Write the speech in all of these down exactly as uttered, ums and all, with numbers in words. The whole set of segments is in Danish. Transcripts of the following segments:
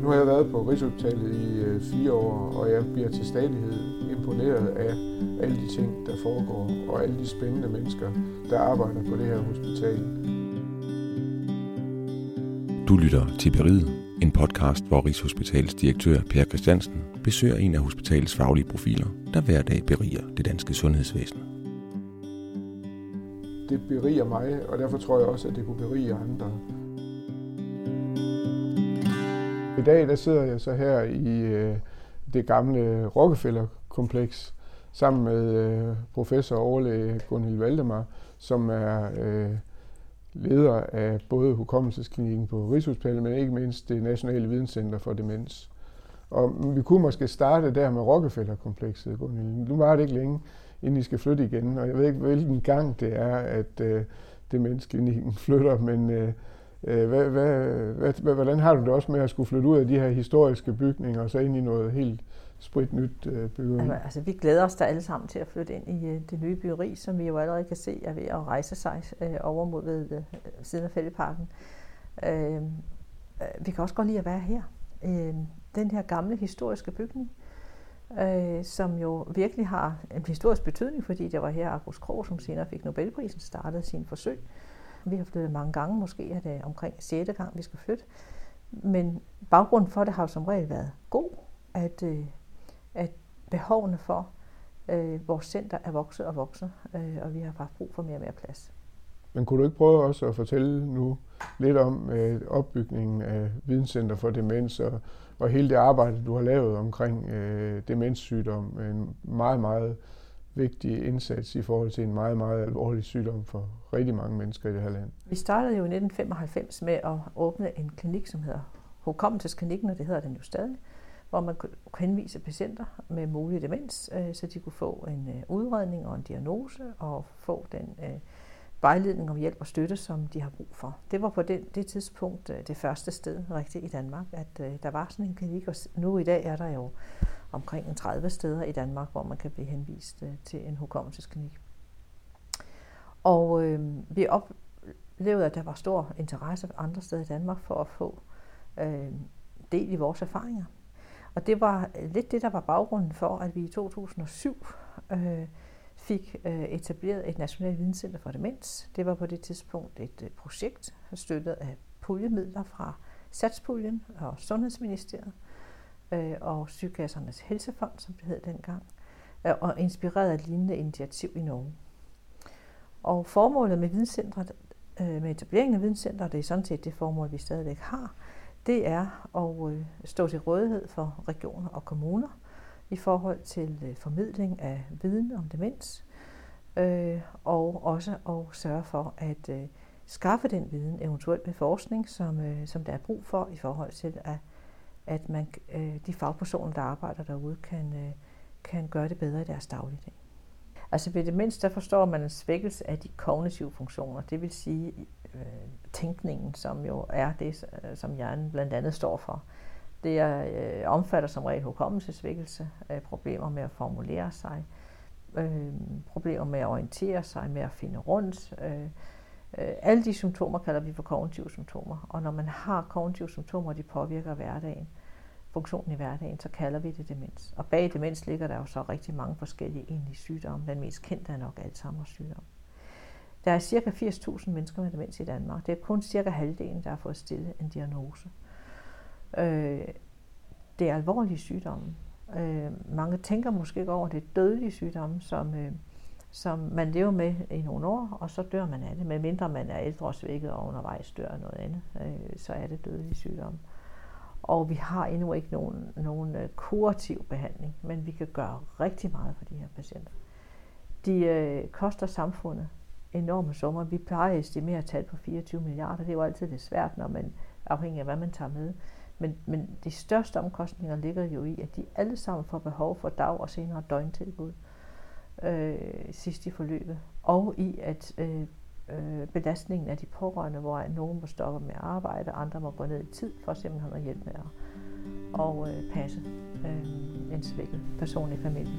Nu har jeg været på Rigshospitalet i øh, fire år, og jeg bliver til stadighed imponeret af alle de ting, der foregår, og alle de spændende mennesker, der arbejder på det her hospital. Du lytter til Beriget, en podcast, hvor Rigshospitalets direktør Per Christiansen besøger en af hospitalets faglige profiler, der hver dag beriger det danske sundhedsvæsen. Det beriger mig, og derfor tror jeg også, at det kunne berige andre. I dag der sidder jeg så her i øh, det gamle Rockefeller-kompleks sammen med øh, professor og overlæge Gunhild Valdemar, som er øh, leder af både hukommelsesklinikken på Rigshospitalet, men ikke mindst det nationale videnscenter for demens. Og vi kunne måske starte der med Rockefeller-komplekset, Gunhild. Nu var det ikke længe, inden I skal flytte igen, og jeg ved ikke, hvilken gang det er, at øh, demensklinikken flytter, men øh, Hvad, hvad, hvad, hvordan har du det også med at skulle flytte ud af de her historiske bygninger og så ind i noget helt spritnyt byggeri? Altså, vi glæder os da alle sammen til at flytte ind i det nye byggeri, som vi jo allerede kan se er ved at rejse sig over mod ved siden af Fælledparken. Vi kan også godt lide at være her. Den her gamle historiske bygning, som jo virkelig har en historisk betydning, fordi det var her August Krogh, som senere fik Nobelprisen, startede sine forsøg. Vi har flyttet mange gange, måske er det omkring sjette gang, vi skal flytte. Men baggrunden for det har jo som regel været god, at, at behovene for øh, vores center er vokset og vokset, øh, og vi har bare brug for mere og mere plads. Men kunne du ikke prøve også at fortælle nu lidt om øh, opbygningen af videnscenter for demens og, og hele det arbejde, du har lavet omkring øh, demenssygdom, en meget, meget vigtig indsats i forhold til en meget, meget alvorlig sygdom for rigtig mange mennesker i det her land. Vi startede jo i nitten femoghalvfems med at åbne en klinik, som hedder Hukommelsesklinikken, og det hedder den jo stadig, hvor man kunne henvise patienter med mulig demens, så de kunne få en udredning og en diagnose og få den vejledning om hjælp og støtte, som de har brug for. Det var på det, det tidspunkt det første sted rigtigt i Danmark, at der var sådan en klinik, og nu i dag er der jo omkring tredive steder i Danmark, hvor man kan blive henvist til en hukommelsesklinik. Og øh, vi oplevede, at der var stor interesse andre steder i Danmark for at få øh, del i vores erfaringer. Og det var lidt det, der var baggrunden for, at vi i to tusind og syv øh, fik øh, etableret et nationalt videnscenter for demens. Det var på det tidspunkt et øh, projekt, støttet af puljemidler fra satspuljen og Sundhedsministeriet og Sygekassernes Helsefond, som det hed dengang, og inspireret af et lignende initiativ i Norge. Og formålet med videnscentret, med etableringen af videnscentret, det er sådan set det formål, vi stadigvæk har, det er at stå til rådighed for regioner og kommuner i forhold til formidling af viden om demens, og også at sørge for at skaffe den viden, eventuelt med forskning, som, som der er brug for i forhold til at at man, de fagpersoner, der arbejder derude, kan, kan gøre det bedre i deres dagligdag. Altså ved demens, der forstår man en svækkelse af de kognitive funktioner, det vil sige øh, tænkningen, som jo er det, som hjernen blandt andet står for. Det er, øh, omfatter som regel hukommelsesvækkelse, øh, problemer med at formulere sig, øh, problemer med at orientere sig, med at finde rundt. Øh, øh, alle de symptomer kalder vi for kognitive symptomer, og når man har kognitive symptomer, og de påvirker hverdagen, funktionen i hverdagen, så kalder vi det demens. Og bag demens ligger der jo så rigtig mange forskellige egentlige sygdomme. Den mest kendte er nok Alzheimers sygdom. Der er ca. firs tusind mennesker med demens i Danmark. Det er kun cirka halvdelen, der har fået stillet en diagnose. Øh, det er alvorlige sygdomme. Øh, mange tænker måske ikke over, det dødelige sygdomme, som, øh, som man lever med i nogle år, og så dør man af det. Medmindre man er ældre og svækket og undervejs dør af noget andet, øh, så er det dødelige sygdomme. Og vi har endnu ikke nogen, nogen kurativ behandling, men vi kan gøre rigtig meget for de her patienter. De øh, koster samfundet enorme summer. Vi plejer at estimere et tal på fireogtyve milliarder. Det er jo altid lidt svært, når man afhængig af, hvad man tager med. Men, men de største omkostninger ligger jo i, at de alle sammen får behov for dag- og senere døgntilbud øh, sidst i forløbet. Og i, at øh, øh, belastningen af de pårørende, hvor nogen må stoppe med at arbejde, andre må gå ned i tid for simpelthen at hjælpe med at og, øh, passe øh, en svækket person i familien.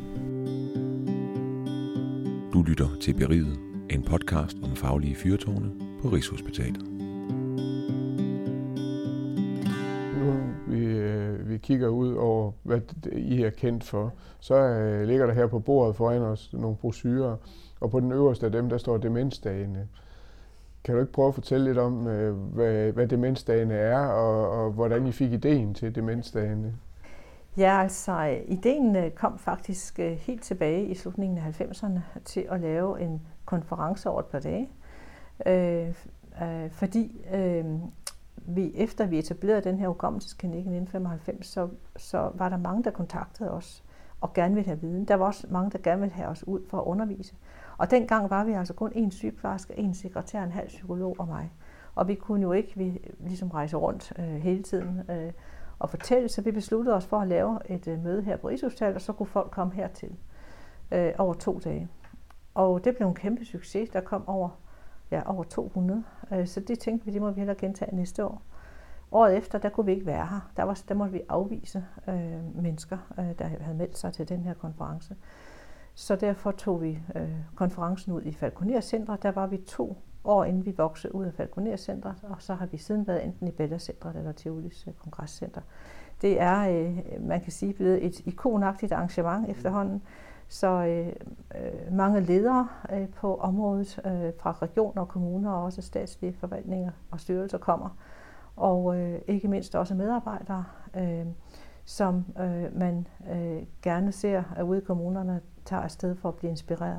Du lytter til Beriget, en podcast om faglige fyrtårne på Rigshospitalet. Nu er vi kigger ud over, hvad I er kendt for, så øh, ligger der her på bordet foran os nogle brochurer, og på den øverste af dem, der står demensdagene. Kan du ikke prøve at fortælle lidt om, øh, hvad, hvad demensdagene er, og, og hvordan I fik ideen til demensdagene? Ja, altså ideen kom faktisk helt tilbage i slutningen af halvfemserne til at lave en konference over et par dage, øh, øh, fordi øh, vi, efter vi etablerede den her hukommelsesklinik i nitten femoghalvfems, så, så var der mange, der kontaktede os og gerne ville have viden. Der var også mange, der gerne ville have os ud for at undervise. Og dengang var vi altså kun en sygeplejerske, en sekretær, en halv psykolog og mig. Og vi kunne jo ikke vi, ligesom rejse rundt øh, hele tiden øh, og fortælle, så vi besluttede os for at lave et øh, møde her på Rigshospitalet, og så kunne folk komme hertil øh, over to dage. Og det blev en kæmpe succes. Der kom over, ja, over to hundrede, øh, så det tænkte vi, det må vi hellere gentage næste år. Året efter, der kunne vi ikke være her. Der, var, der måtte vi afvise øh, mennesker, øh, der havde meldt sig til den her konference. Så derfor tog vi øh, konferencen ud i Falconer Centret. Der var vi to år, inden vi voksede ud af Falconer Centret, og så har vi siden været enten i Bella Centret eller Tivolis øh, Kongresscenter. Det er, øh, man kan sige, blevet et ikonagtigt arrangement efterhånden, så øh, øh, mange ledere øh, på området øh, fra regioner og kommuner og også statslige forvaltninger og styrelser kommer, og øh, ikke mindst også medarbejdere, øh, som øh, man øh, gerne ser at ude i kommunerne tager afsted for at blive inspireret.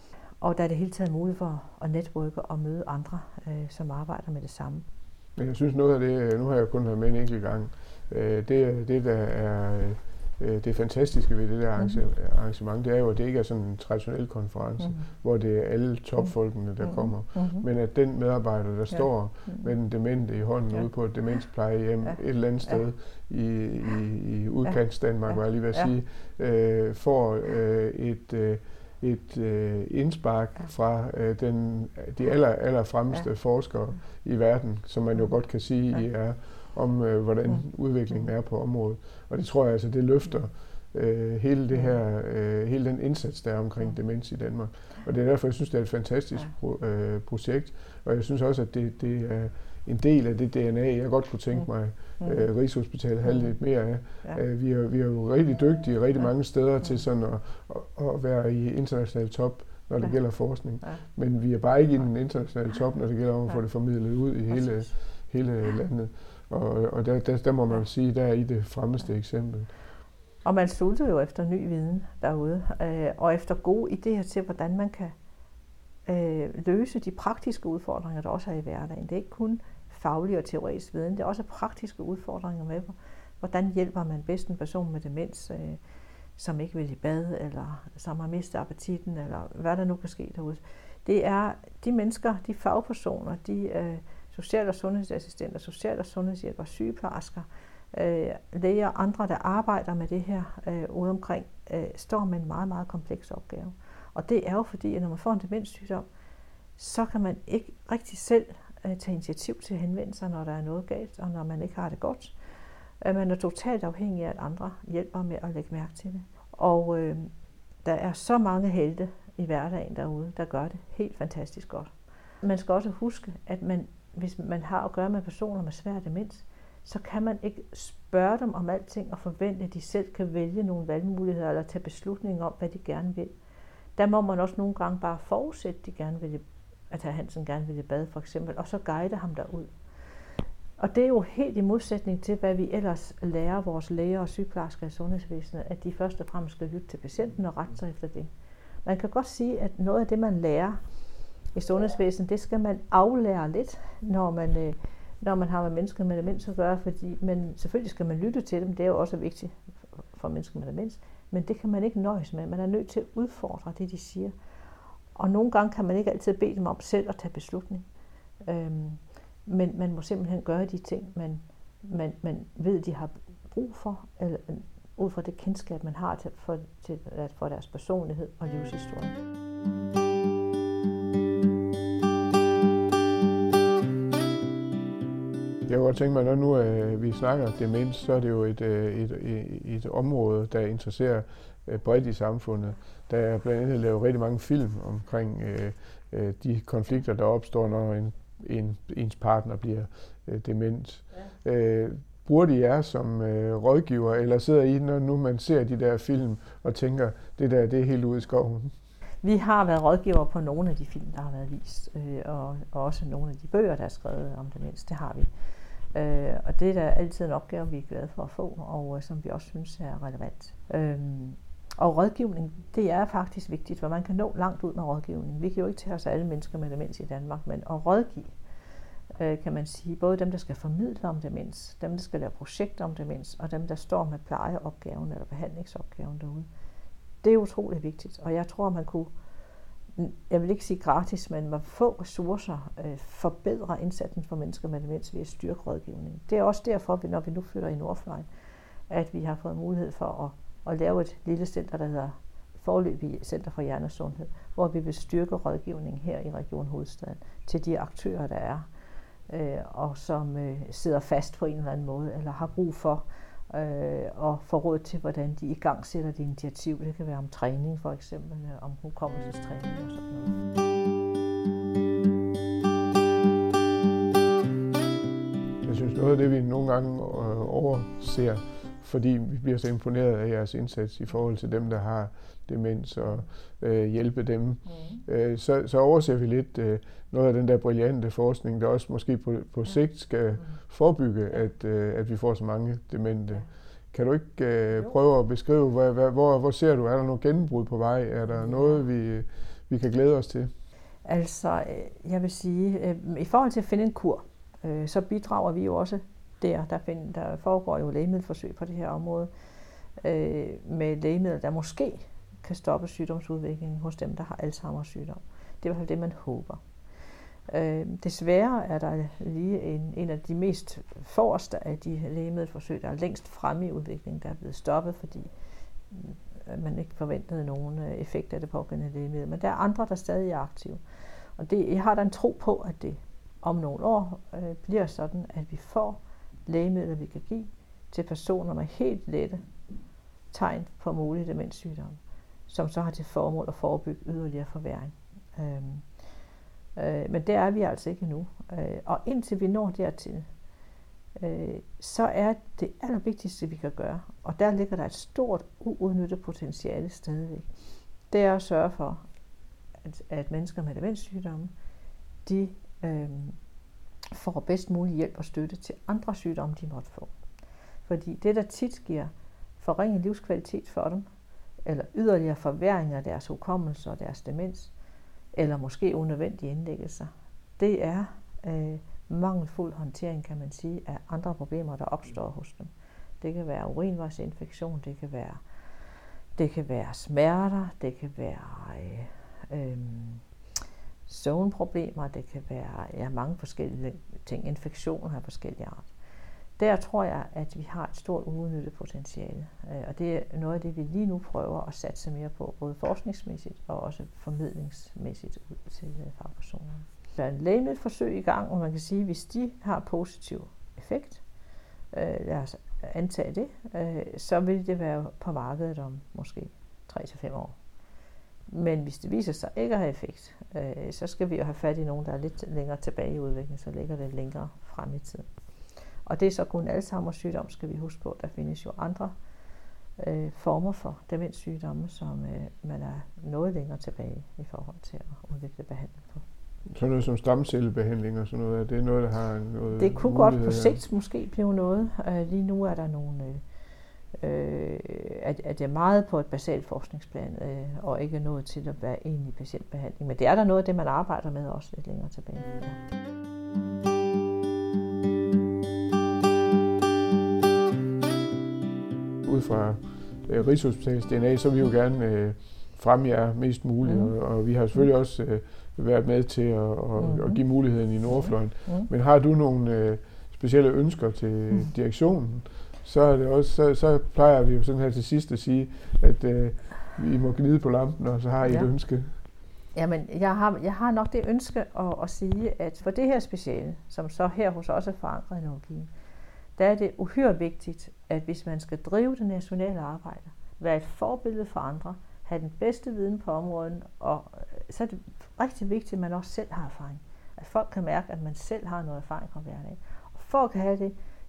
Og der er det hele taget muligt for at netværke og møde andre, øh, som arbejder med det samme. Men jeg synes noget af det, nu har jeg kun været med en enkelt gang, øh, det, det der er øh, det fantastiske ved det der arrangement, det er jo, at det ikke er sådan en traditionel konference, mm. hvor det er alle topfolkene, der mm. kommer, mm-hmm. men at den medarbejder, der ja. står mm. med den demente i hånden ja. ude på et demensplejehjem ja. et eller andet sted ja. i, i, i udkants Danmark, ja. var jeg lige ved at ja. sige, øh, får øh, et øh, et øh, indspark ja. fra øh, den, de aller, aller fremmeste ja. forskere i verden, som man jo godt kan sige, ja. er om, øh, hvordan mm. udviklingen er på området. Og det tror jeg altså, det løfter øh, hele det her, øh, hele den indsats, der er omkring mm. demens i Danmark. Og det er derfor, jeg synes, det er et fantastisk pro, øh, projekt. Og jeg synes også, at det, det er en del af det D N A, jeg godt kunne tænke mig, mm. øh, Rigshospitalet havde lidt mere af. Ja. Øh, vi, er, vi er jo rigtig dygtige rigtig ja. mange steder til sådan at, at, at være i international top, når det ja. gælder forskning. Ja. Men vi er bare ikke i den internationale top, når det gælder om at få det formidlet ud i hele, hele landet. Og, og der, der, der må man sige, der er I det fremmeste eksempel. Og man sulter jo efter ny viden derude, øh, og efter gode idéer til, hvordan man kan øh, løse de praktiske udfordringer, der også er i hverdagen. Det er ikke kun faglig og teoretisk viden, det er også praktiske udfordringer med, hvordan hjælper man bedst en person med demens, øh, som ikke vil i bad, eller som har mistet appetitten, eller hvad der nu kan ske derude. Det er de mennesker, de fagpersoner, de øh, social- og sundhedsassistenter, social- og sundhedshjælpere, sygeplejersker, øh, læger og andre, der arbejder med det her øh, ude omkring, øh, står med en meget, meget kompleks opgave. Og det er jo fordi, at når man får en demenssygdom, så kan man ikke rigtig selv øh, tage initiativ til at henvende sig, når der er noget galt, og når man ikke har det godt. Øh, man er totalt afhængig af, at andre hjælper med at lægge mærke til det. Og øh, der er så mange helte i hverdagen derude, der gør det helt fantastisk godt. Man skal også huske, at man, hvis man har at gøre med personer med svær demens, så kan man ikke spørge dem om alting og forvente, at de selv kan vælge nogle valgmuligheder eller tage beslutninger om, hvad de gerne vil. Der må man også nogle gange bare forudsætte, at de gerne vil, at herr Hansen gerne vil i bad for eksempel, og så guide ham derud. Og det er jo helt i modsætning til, hvad vi ellers lærer vores læger og sygeplejersker i sundhedsvæsenet, at de først og fremmest skal lytte til patienten og rette sig efter det. Man kan godt sige, at noget af det, man lærer i sundhedsvæsenet, det skal man aflære lidt, når man, når man har med mennesker med demens at gøre, fordi, men selvfølgelig skal man lytte til dem, det er jo også vigtigt for mennesker med demens, men det kan man ikke nøjes med. Man er nødt til at udfordre det, de siger. Og nogle gange kan man ikke altid bede dem om selv at tage beslutning. Øhm, men man må simpelthen gøre de ting, man, man, man ved, de har brug for, eller ud fra det kendskab, man har til, for, til, for deres personlighed og livshistorie. Jeg kunne godt tænke mig, når nu øh, vi snakker demens, så er det jo et, øh, et, et, et område, der interesserer øh, bredt i samfundet. Der er blandt andet lavet rigtig mange film omkring øh, øh, de konflikter, der opstår, når en, en, ens partner bliver øh, dement. Ja. Øh, bruger de jer som øh, rådgiver, eller sidder I, når nu man ser de der film, og tænker, det der, det er helt ude i skoven? Vi har været rådgiver på nogle af de film, der har været vist, øh, og, og også nogle af de bøger, der er skrevet om demens, det har vi. Øh, og det er da altid en opgave, vi er glade for at få, og øh, som vi også synes er relevant. Øh, og rådgivning, det er faktisk vigtigt, for man kan nå langt ud med rådgivning. Vi kan jo ikke tage os alle mennesker med demens i Danmark, men at rådgive, øh, kan man sige, både dem, der skal formidle om demens, dem, der skal lave projekter om demens, og dem, der står med plejeopgaven eller behandlingsopgaven derude. Det er utroligt vigtigt, og jeg tror, man kunne, jeg vil ikke sige gratis, men med få ressourcer øh, forbedre indsatsen for mennesker med demens ved at styrke rådgivningen. Det er også derfor, når vi nu flytter i Nordfløjen, at vi har fået mulighed for at, at lave et lille center, der hedder Foreløbig Center for Hjernesundhed, hvor vi vil styrke rådgivningen her i Region Hovedstaden til de aktører, der er, øh, og som øh, sidder fast på en eller anden måde, eller har brug for øh, og få råd til, hvordan de i gang sætter det initiativ. Det kan være om træning for eksempel, om hukommelsestræning og sådan noget. Jeg synes noget af det, vi nogle gange overser, fordi vi bliver så imponeret af jeres indsats i forhold til dem, der har demens, og øh, hjælpe dem, mm. øh, så, så overser vi lidt øh, noget af den der brillante forskning, der også måske på, på sigt skal mm. forebygge, at, øh, at vi får så mange demente. Kan du ikke øh, prøve at beskrive, hvad, hvad, hvor, hvor ser du, er der noget gennembrud på vej? Er der noget, vi, vi kan glæde os til? Altså, jeg vil sige, øh, i forhold til at finde en kur, øh, så bidrager vi jo også der. Der, find, der foregår jo lægemiddelforsøg på det her område, øh, med lægemidler, der måske kan stoppe sygdomsudviklingen hos dem, der har Alzheimer's sygdom. Det er i hvert fald det, man håber. Øh, desværre er der lige en, en af de mest forreste af de lægemiddelforsøg, der er længst fremme i udviklingen, der er blevet stoppet, fordi man ikke forventede nogen effekt af det pågældende lægemiddel. Men der er andre, der stadig er aktive. Og det, jeg har da en tro på, at det om nogle år øh, bliver sådan, at vi får lægemidler, vi kan give til personer med helt lette tegn på mulige demenssygdomme, som så har til formål at forebygge yderligere forværring. Øhm, øh, men der er vi altså ikke endnu. Øh, og indtil vi når dertil, øh, så er det allervigtigste, vi kan gøre, og der ligger der et stort uudnyttet potentiale stadigvæk, det er at sørge for, at, at mennesker med demenssygdomme, de øh, får bedst mulig hjælp og støtte til andre sygdomme, de måtte få. Fordi det, der tit giver forringet livskvalitet for dem, eller yderligere forværring af deres hukommelse og deres demens, eller måske unødvendige indlæggelser, det er øh, mangelfuld håndtering, kan man sige, af andre problemer, der opstår hos dem. Det kan være urinvejsinfektion, det kan være, det kan være smerter, det kan være øh, øh, søvnproblemer, det kan være ja, mange forskellige ting, infektioner af forskellige art. Der tror jeg, at vi har et stort uudnyttet potentiale, og det er noget af det, vi lige nu prøver at satse mere på, både forskningsmæssigt og også formidlingsmæssigt ud til fagpersonerne. Der er en lægemiddelforsøg i gang, og man kan sige, at hvis de har positiv effekt, lad os antage det, så vil det være på markedet om måske tre til fem år. Men hvis det viser sig ikke at have effekt, så skal vi jo have fat i nogen, der er lidt længere tilbage i udviklingen, så ligger det længere frem i tiden. Og det er så kun Alzheimer's sygdom, skal vi huske på. Der findes jo andre øh, former for demenssygdomme, som øh, man er noget længere tilbage i forhold til at udvikle behandling på. Sådan noget som stamcellebehandling og sådan noget, er det noget, der har noget Det kunne godt på sigt måske blive noget. Uh, lige nu er der nogle, øh, at, at det er meget på et basalt forskningsplan, øh, og ikke nået til at være egentlig patientbehandling. Men det er der noget af det, man arbejder med også lidt længere tilbage. Ja. Ud fra øh, Rigshospitalets D N A, så vil vi jo gerne øh, fremme jer mest muligt, mm. og, og vi har selvfølgelig også øh, været med til at, og, mm. at give muligheden i Nordfløjen. Mm. Men har du nogle øh, specielle ønsker til mm. direktionen, så, er det også, så, så plejer vi jo sådan her til sidst at sige, at øh, vi må gnide på lampen, og så har I ja. et ønske. Jamen, jeg har, jeg har nok det ønske at, at sige, at for det her speciale, som så her hos os er forankret i neurologien, der er det uhyre vigtigt, at hvis man skal drive det nationale arbejde, være et forbillede for andre, have den bedste viden på området, og så er det rigtig vigtigt, at man også selv har erfaring. At folk kan mærke, at man selv har noget erfaring fra hverdagen. Og for at kan have det,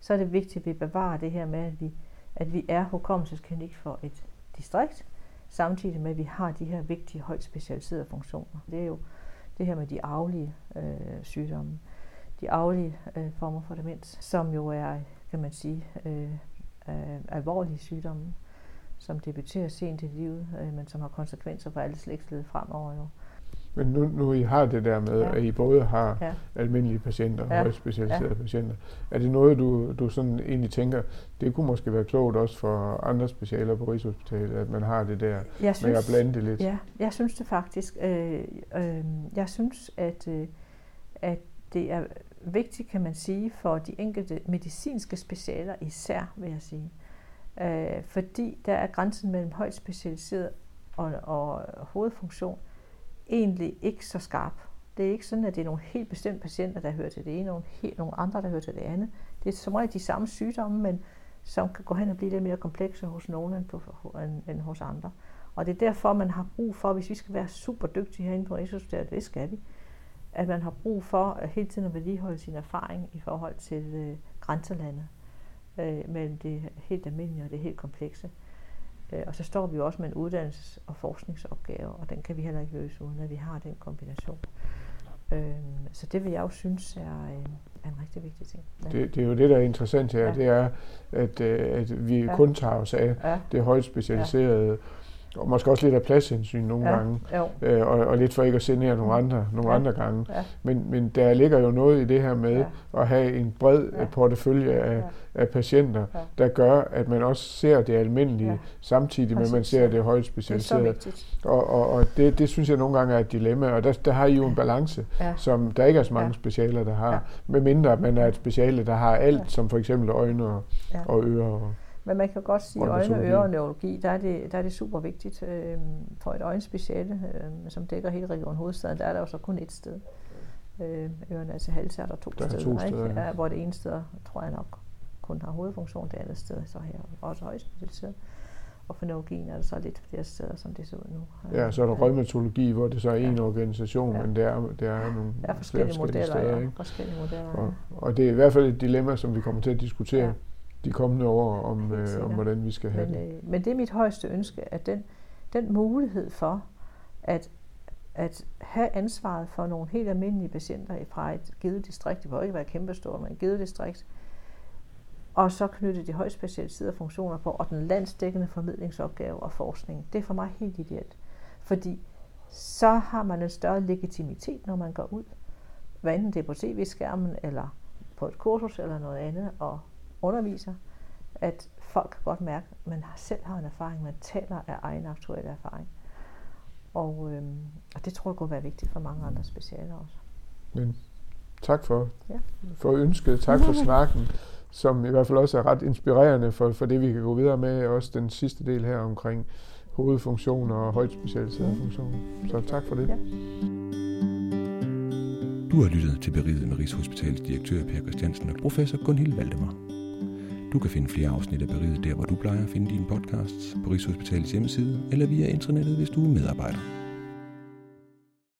så er det vigtigt, at vi bevarer det her med, at vi, at vi er hukommelsesklinik for et distrikt, samtidig med, at vi har de her vigtige, højt specialiserede funktioner. Det er jo det her med de arvelige øh, sygdomme, de arvelige øh, former for demens, som jo er, kan man sige, øh, øh, alvorlige sygdomme, som debuterer sent i livet, øh, men som har konsekvenser for alle slægtled fremover jo. Men nu, nu I har det der med, ja. at I både har ja. almindelige patienter og ja. højt specialiserede ja. patienter, er det noget, du, du sådan egentlig tænker, det kunne måske være klogt også for andre specialer på Rigshospitalet, at man har det der jeg synes, med at blande det lidt? Ja, jeg synes det faktisk. Øh, øh, jeg synes, at, øh, at det er vigtigt, kan man sige, for de enkelte medicinske specialer især, vil jeg sige. Øh, fordi der er grænsen mellem højt specialiseret og, og hovedfunktion egentlig ikke så skarp. Det er ikke sådan, at det er nogle helt bestemte patienter, der hører til det ene, og nogle, nogle andre, der hører til det andet. Det er som regel de samme sygdomme, men som kan gå hen og blive lidt mere komplekse hos nogle end, på, end, end hos andre. Og det er derfor, man har brug for, hvis vi skal være super dygtige herinde på Rigshospitalet, det skal vi, at man har brug for at hele tiden at vedligeholde sin erfaring i forhold til øh, grænselandet øh, mellem det helt almindelige og det helt komplekse. Og så står vi jo også med en uddannelses- og forskningsopgave, og den kan vi heller ikke løse, uden at vi har den kombination. Så det vil jeg jo synes er en, er en rigtig vigtig ting. Ja. Det, det er jo det, der er interessant her, ja. det er, at, at vi ja. kun tager os af ja. det højt specialiserede, ja. og måske også lidt af pladshensyn nogle ja. gange, øh, og, og lidt for ikke at se ned nogle andre, nogle ja. andre gange. Ja. Men, men der ligger jo noget i det her med ja. at have en bred ja. portefølje af, ja. af patienter, ja. der gør, at man også ser det almindelige, ja. samtidig med, at man ser det højt specialiserede. Det og og, og det, det synes jeg nogle gange er et dilemma, og der, der har I jo en balance, ja. som der ikke er så mange ja. specialer, der har, ja. medmindre at man er et speciale, der har alt, ja. som for eksempel øjne og, ja. og ører. Og men man kan godt sige, at øjne, ører og neurologi, der er det, der er det super vigtigt. Øh, for et øjenspeciale, øh, som dækker hele Region Hovedstaden, der er der jo så kun et sted. Øh, ørerne, altså hals er der to der steder, to steder ikke? Ja, hvor det ene sted, tror jeg nok, kun har hovedfunktion, det andet sted så her også højt specialiseret. Og for neurologien er der så lidt flere steder, som det ser ud nu. Ja, så er der rheumatologi, hvor det så er en ja. organisation, ja. men det er, det er nogle ja, forskellige modeller, steder, ikke? Forskellige modeller, og, og det er i hvert fald et dilemma, som vi kommer til at diskutere. Ja. de kommende år, om, øh, om hvordan vi skal have men, det. Øh, men det er mit højeste ønske, at den, den mulighed for at, at have ansvaret for nogle helt almindelige patienter fra et givet distrikt, det må ikke være kæmpestort, men et givet distrikt, og så knytte de højt specialiserede funktioner på, og den landsdækkende formidlingsopgave og forskning. Det er for mig helt ideelt. Fordi så har man en større legitimitet, når man går ud, hvad enten det er på tv-skærmen, eller på et kursus, eller noget andet, og underviser, at folk kan godt mærke, at man selv har en erfaring, man taler af egen aktuelle erfaring. Og, øhm, og det tror jeg kunne være vigtigt for mange andre specialer også. Men tak for, ja. for ønsket, tak for snakken, som i hvert fald også er ret inspirerende for, for det, vi kan gå videre med, også den sidste del her omkring hovedfunktioner og højt specialiserede funktioner. Så tak for det. Ja. Du har lyttet til Beriget med Rigshospitalets direktør Per Christiansen og professor Gunhild Valdemar. Du kan finde flere afsnit af Beriget der, hvor du plejer at finde dine podcasts, på Rigshospitalets hjemmeside eller via internettet, hvis du er medarbejder.